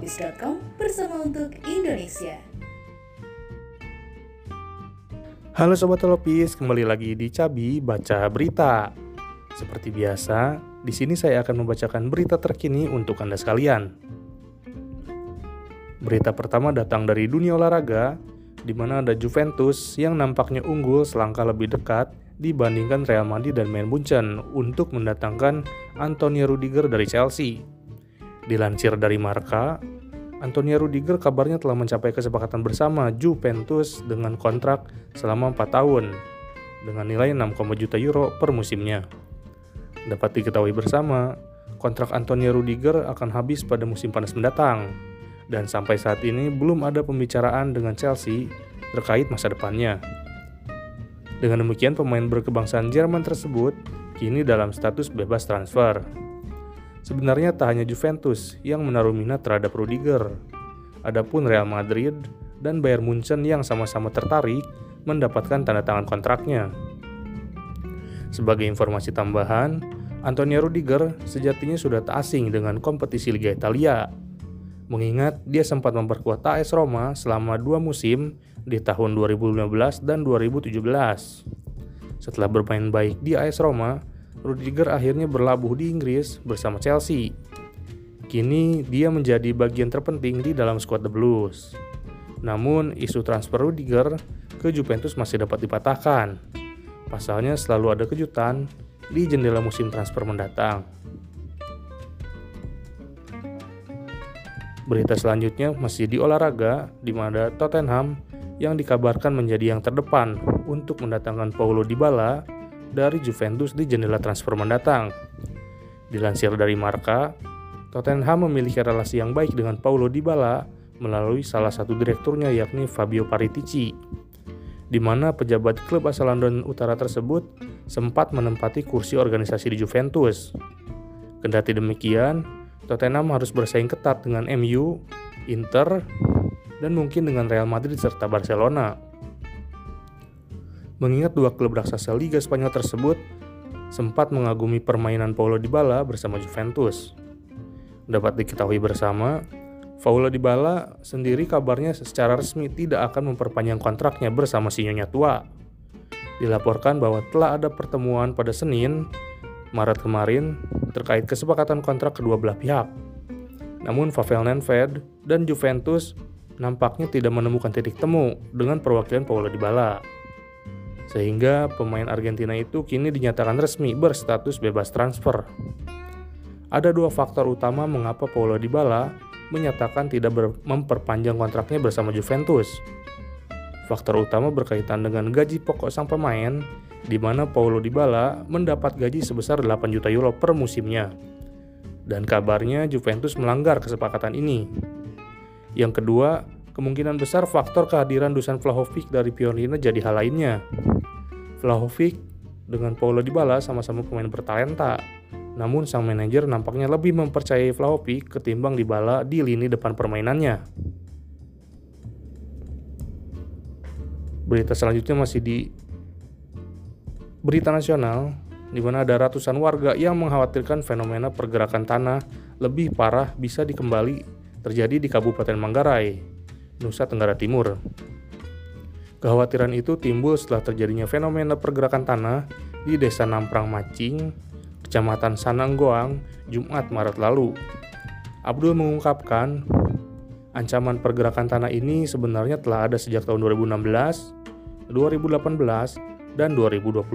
cababis.com bersama untuk Indonesia. Halo Sobat Telopis, kembali lagi di Cabi Baca Berita. Seperti biasa, di sini saya akan membacakan berita terkini untuk Anda sekalian. Berita pertama datang dari dunia olahraga, di mana ada Juventus yang nampaknya unggul selangkah lebih dekat dibandingkan Real Madrid dan Bayern Munchen untuk mendatangkan Antonio Rudiger dari Chelsea. Dilansir dari Marca, Antonio Rudiger kabarnya telah mencapai kesepakatan bersama Juventus dengan kontrak selama 4 tahun dengan nilai 6,1 juta euro per musimnya. Dapat diketahui bersama, kontrak Antonio Rudiger akan habis pada musim panas mendatang dan sampai saat ini belum ada pembicaraan dengan Chelsea terkait masa depannya. Dengan demikian, pemain berkebangsaan Jerman tersebut kini dalam status bebas transfer. Sebenarnya tak hanya Juventus yang menaruh minat terhadap Rudiger. Adapun Real Madrid dan Bayern Munchen yang sama-sama tertarik mendapatkan tanda tangan kontraknya. Sebagai informasi tambahan, Antonio Rudiger sejatinya sudah tak asing dengan kompetisi Liga Italia. Mengingat dia sempat memperkuat AS Roma selama 2 musim di tahun 2015 dan 2017. Setelah bermain baik di AS Roma, Rudiger akhirnya berlabuh di Inggris bersama Chelsea. Kini dia menjadi bagian terpenting di dalam skuad The Blues. Namun isu transfer Rudiger ke Juventus masih dapat dipatahkan. Pasalnya selalu ada kejutan di jendela musim transfer mendatang. Berita selanjutnya masih di olahraga, di mana Tottenham yang dikabarkan menjadi yang terdepan untuk mendatangkan Paulo Dybala dari Juventus di jendela transfer mendatang. Dilansir dari Marca, Tottenham memiliki relasi yang baik dengan Paulo Dybala melalui salah satu direkturnya yakni Fabio Paratici, di mana pejabat klub asal London Utara tersebut sempat menempati kursi organisasi di Juventus. Kendati demikian, Tottenham harus bersaing ketat dengan MU, Inter, dan mungkin dengan Real Madrid serta Barcelona. Mengingat dua klub raksasa Liga Spanyol tersebut sempat mengagumi permainan Paulo Dybala bersama Juventus. Dapat diketahui bersama, Paulo Dybala sendiri kabarnya secara resmi tidak akan memperpanjang kontraknya bersama si Nyonya Tua. Dilaporkan bahwa telah ada pertemuan pada Senin, Maret kemarin terkait kesepakatan kontrak kedua belah pihak. Namun Pavel Nedved dan Juventus nampaknya tidak menemukan titik temu dengan perwakilan Paulo Dybala. Sehingga pemain Argentina itu kini dinyatakan resmi berstatus bebas transfer. Ada 2 faktor utama mengapa Paulo Dybala menyatakan tidak memperpanjang kontraknya bersama Juventus. Faktor utama berkaitan dengan gaji pokok sang pemain, di mana Paulo Dybala mendapat gaji sebesar 8 juta euro per musimnya. Dan kabarnya Juventus melanggar kesepakatan ini. Yang kedua, kemungkinan besar faktor kehadiran Dusan Vlahovic dari Fiorentina jadi hal lainnya. Vlahovic dengan Paulo Dybala sama-sama pemain bertalenta, namun sang manajer nampaknya lebih mempercayai Vlahovic ketimbang Dybala di lini depan permainannya. Berita selanjutnya masih di berita nasional, di mana ada ratusan warga yang mengkhawatirkan fenomena pergerakan tanah lebih parah bisa dikembali terjadi di Kabupaten Manggarai, Nusa Tenggara Timur. Kekhawatiran itu timbul setelah terjadinya fenomena pergerakan tanah di Desa Namprang Macing, Kecamatan Sananggoang, Jumat Maret lalu. Abdul mengungkapkan, ancaman pergerakan tanah ini sebenarnya telah ada sejak tahun 2016, 2018, dan 2021.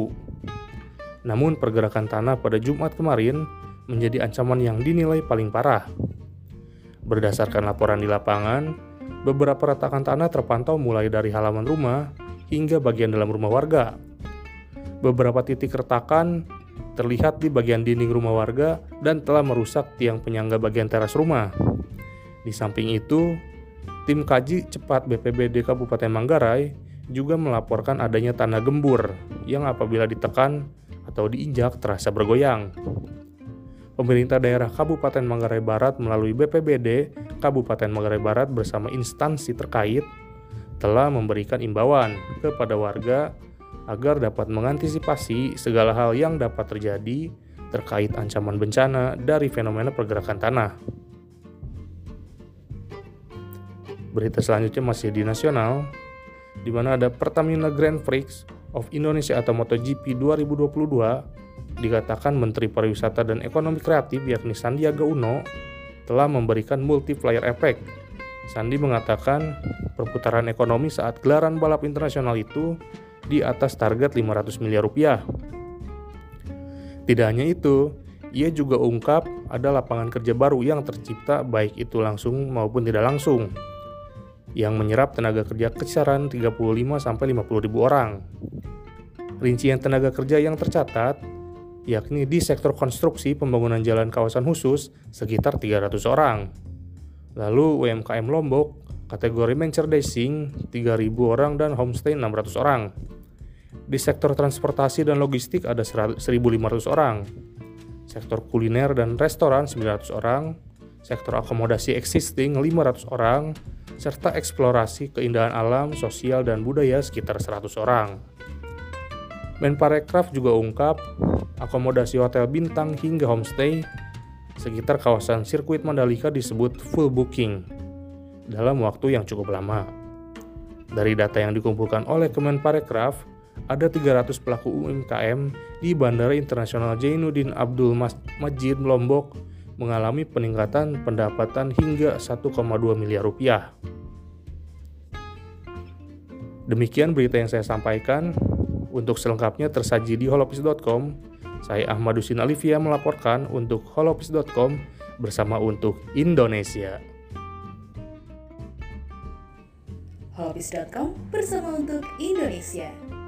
Namun pergerakan tanah pada Jumat kemarin menjadi ancaman yang dinilai paling parah. Berdasarkan laporan di lapangan, beberapa retakan tanah terpantau mulai dari halaman rumah hingga bagian dalam rumah warga. Beberapa titik retakan terlihat di bagian dinding rumah warga dan telah merusak tiang penyangga bagian teras rumah. Di samping itu, tim kaji cepat BPBD Kabupaten Manggarai juga melaporkan adanya tanah gembur yang apabila ditekan atau diinjak terasa bergoyang. Pemerintah daerah Kabupaten Manggarai Barat melalui BPBD Kabupaten Manggarai Barat bersama instansi terkait telah memberikan imbauan kepada warga agar dapat mengantisipasi segala hal yang dapat terjadi terkait ancaman bencana dari fenomena pergerakan tanah. Berita selanjutnya masih di nasional, di mana ada Pertamina Grand Prix of Indonesia atau MotoGP 2022, dikatakan Menteri Pariwisata dan Ekonomi Kreatif yakni Sandiaga Uno telah memberikan multiplier effect. Sandi mengatakan perputaran ekonomi saat gelaran balap internasional itu di atas target 500 miliar rupiah. Tidak hanya itu, ia juga ungkap ada lapangan kerja baru yang tercipta baik itu langsung maupun tidak langsung, yang menyerap tenaga kerja kisaran 35-50 ribu orang. Rincian tenaga kerja yang tercatat, yakni di sektor konstruksi pembangunan jalan kawasan khusus sekitar 300 orang. Lalu UMKM Lombok, kategori merchandising 3.000 orang dan homestay 600 orang. Di sektor transportasi dan logistik ada 1.500 orang. Sektor kuliner dan restoran 900 orang. Sektor akomodasi existing 500 orang. Serta eksplorasi keindahan alam, sosial, dan budaya sekitar 100 orang. Menparekraf juga ungkap akomodasi hotel bintang hingga homestay sekitar kawasan sirkuit Mandalika disebut full booking dalam waktu yang cukup lama. Dari data yang dikumpulkan oleh Kemenparekraf, ada 300 pelaku UMKM di Bandara Internasional Zainuddin Abdul Majid Lombok mengalami peningkatan pendapatan hingga 1,2 miliar rupiah. Demikian berita yang saya sampaikan. Untuk selengkapnya tersaji di holopis.com. Saya Ahmad Husin Alivia melaporkan untuk holopis.com bersama untuk Indonesia. Holopis.com bersama untuk Indonesia.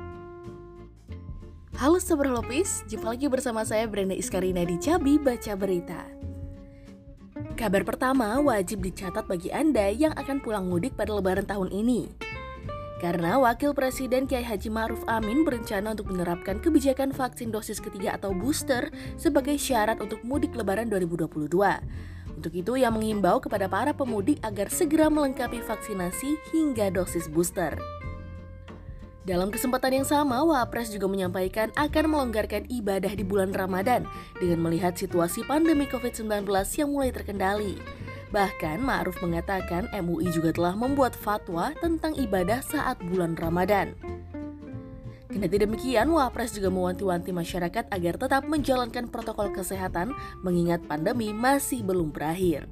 Halo Sobat Holopis, jumpa lagi bersama saya Brenda Iskarina di Cabi Baca Berita. Kabar pertama wajib dicatat bagi Anda yang akan pulang mudik pada lebaran tahun ini. Karena Wakil Presiden Kiai Haji Ma'ruf Amin berencana untuk menerapkan kebijakan vaksin dosis ketiga atau booster sebagai syarat untuk mudik lebaran 2022. Untuk itu, ia mengimbau kepada para pemudik agar segera melengkapi vaksinasi hingga dosis booster. Dalam kesempatan yang sama, Wapres juga menyampaikan akan melonggarkan ibadah di bulan Ramadan dengan melihat situasi pandemi COVID-19 yang mulai terkendali. Bahkan Ma'ruf mengatakan MUI juga telah membuat fatwa tentang ibadah saat bulan Ramadan. Kendati demikian, Wapres juga mewanti-wanti masyarakat agar tetap menjalankan protokol kesehatan mengingat pandemi masih belum berakhir.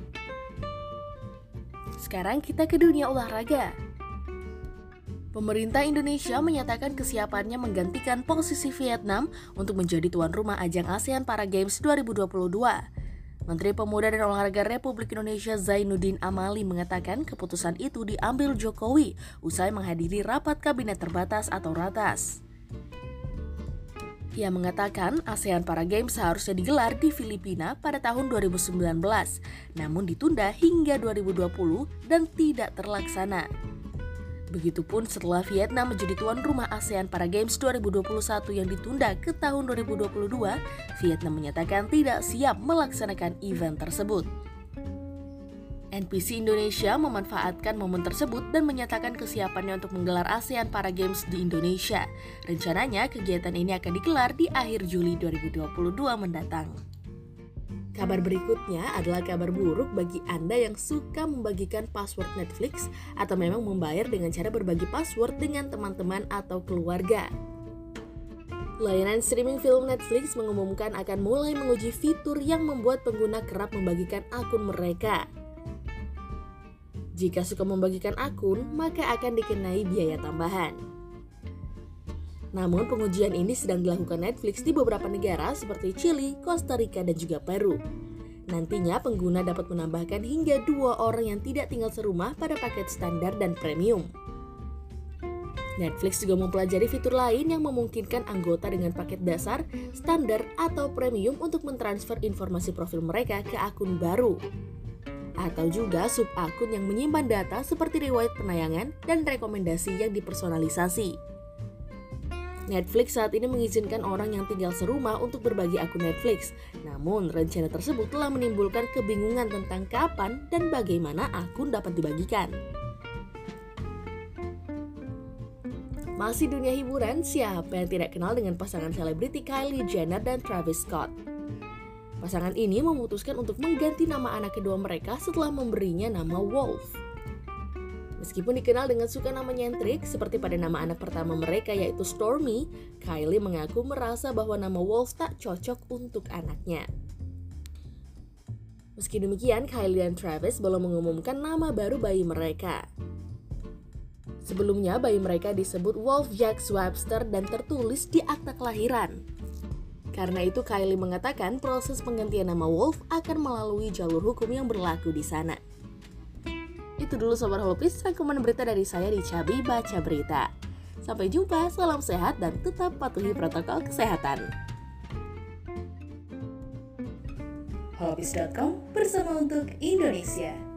Sekarang kita ke dunia olahraga. Pemerintah Indonesia menyatakan kesiapannya menggantikan posisi Vietnam untuk menjadi tuan rumah ajang ASEAN Para Games 2022. Menteri Pemuda dan Olahraga Republik Indonesia Zainuddin Amali mengatakan keputusan itu diambil Jokowi usai menghadiri rapat kabinet terbatas atau ratas. Ia mengatakan ASEAN Para Games seharusnya digelar di Filipina pada tahun 2019, namun ditunda hingga 2020 dan tidak terlaksana. Begitupun setelah Vietnam menjadi tuan rumah ASEAN Para Games 2021 yang ditunda ke tahun 2022, Vietnam menyatakan tidak siap melaksanakan event tersebut. NPC Indonesia memanfaatkan momen tersebut dan menyatakan kesiapannya untuk menggelar ASEAN Para Games di Indonesia. Rencananya kegiatan ini akan digelar di akhir Juli 2022 mendatang. Kabar berikutnya adalah kabar buruk bagi Anda yang suka membagikan password Netflix atau memang membayar dengan cara berbagi password dengan teman-teman atau keluarga. Layanan streaming film Netflix mengumumkan akan mulai menguji fitur yang membuat pengguna kerap membagikan akun mereka. Jika suka membagikan akun, maka akan dikenai biaya tambahan. Namun pengujian ini sedang dilakukan Netflix di beberapa negara seperti Chili, Costa Rica, dan juga Peru. Nantinya pengguna dapat menambahkan hingga 2 orang yang tidak tinggal serumah pada paket standar dan premium. Netflix juga mempelajari fitur lain yang memungkinkan anggota dengan paket dasar, standar, atau premium untuk mentransfer informasi profil mereka ke akun baru. Atau juga sub-akun yang menyimpan data seperti riwayat penayangan dan rekomendasi yang dipersonalisasi. Netflix saat ini mengizinkan orang yang tinggal serumah untuk berbagi akun Netflix. Namun, rencana tersebut telah menimbulkan kebingungan tentang kapan dan bagaimana akun dapat dibagikan. Masih dunia hiburan, siapa yang tidak kenal dengan pasangan selebriti Kylie Jenner dan Travis Scott? Pasangan ini memutuskan untuk mengganti nama anak kedua mereka setelah memberinya nama Wolf. Meskipun dikenal dengan suka nama nyentrik seperti pada nama anak pertama mereka yaitu Stormy, Kylie mengaku merasa bahwa nama Wolf tak cocok untuk anaknya. Meski demikian, Kylie dan Travis belum mengumumkan nama baru bayi mereka. Sebelumnya, bayi mereka disebut Wolf Jacks Webster dan tertulis di akta kelahiran. Karena itu, Kylie mengatakan proses penggantian nama Wolf akan melalui jalur hukum yang berlaku di sana. Itu dulu Sobat Holopis, rangkuman berita dari saya di Cabi Baca Berita. Sampai jumpa, salam sehat dan tetap patuhi protokol kesehatan. Holopis.com bersama untuk Indonesia.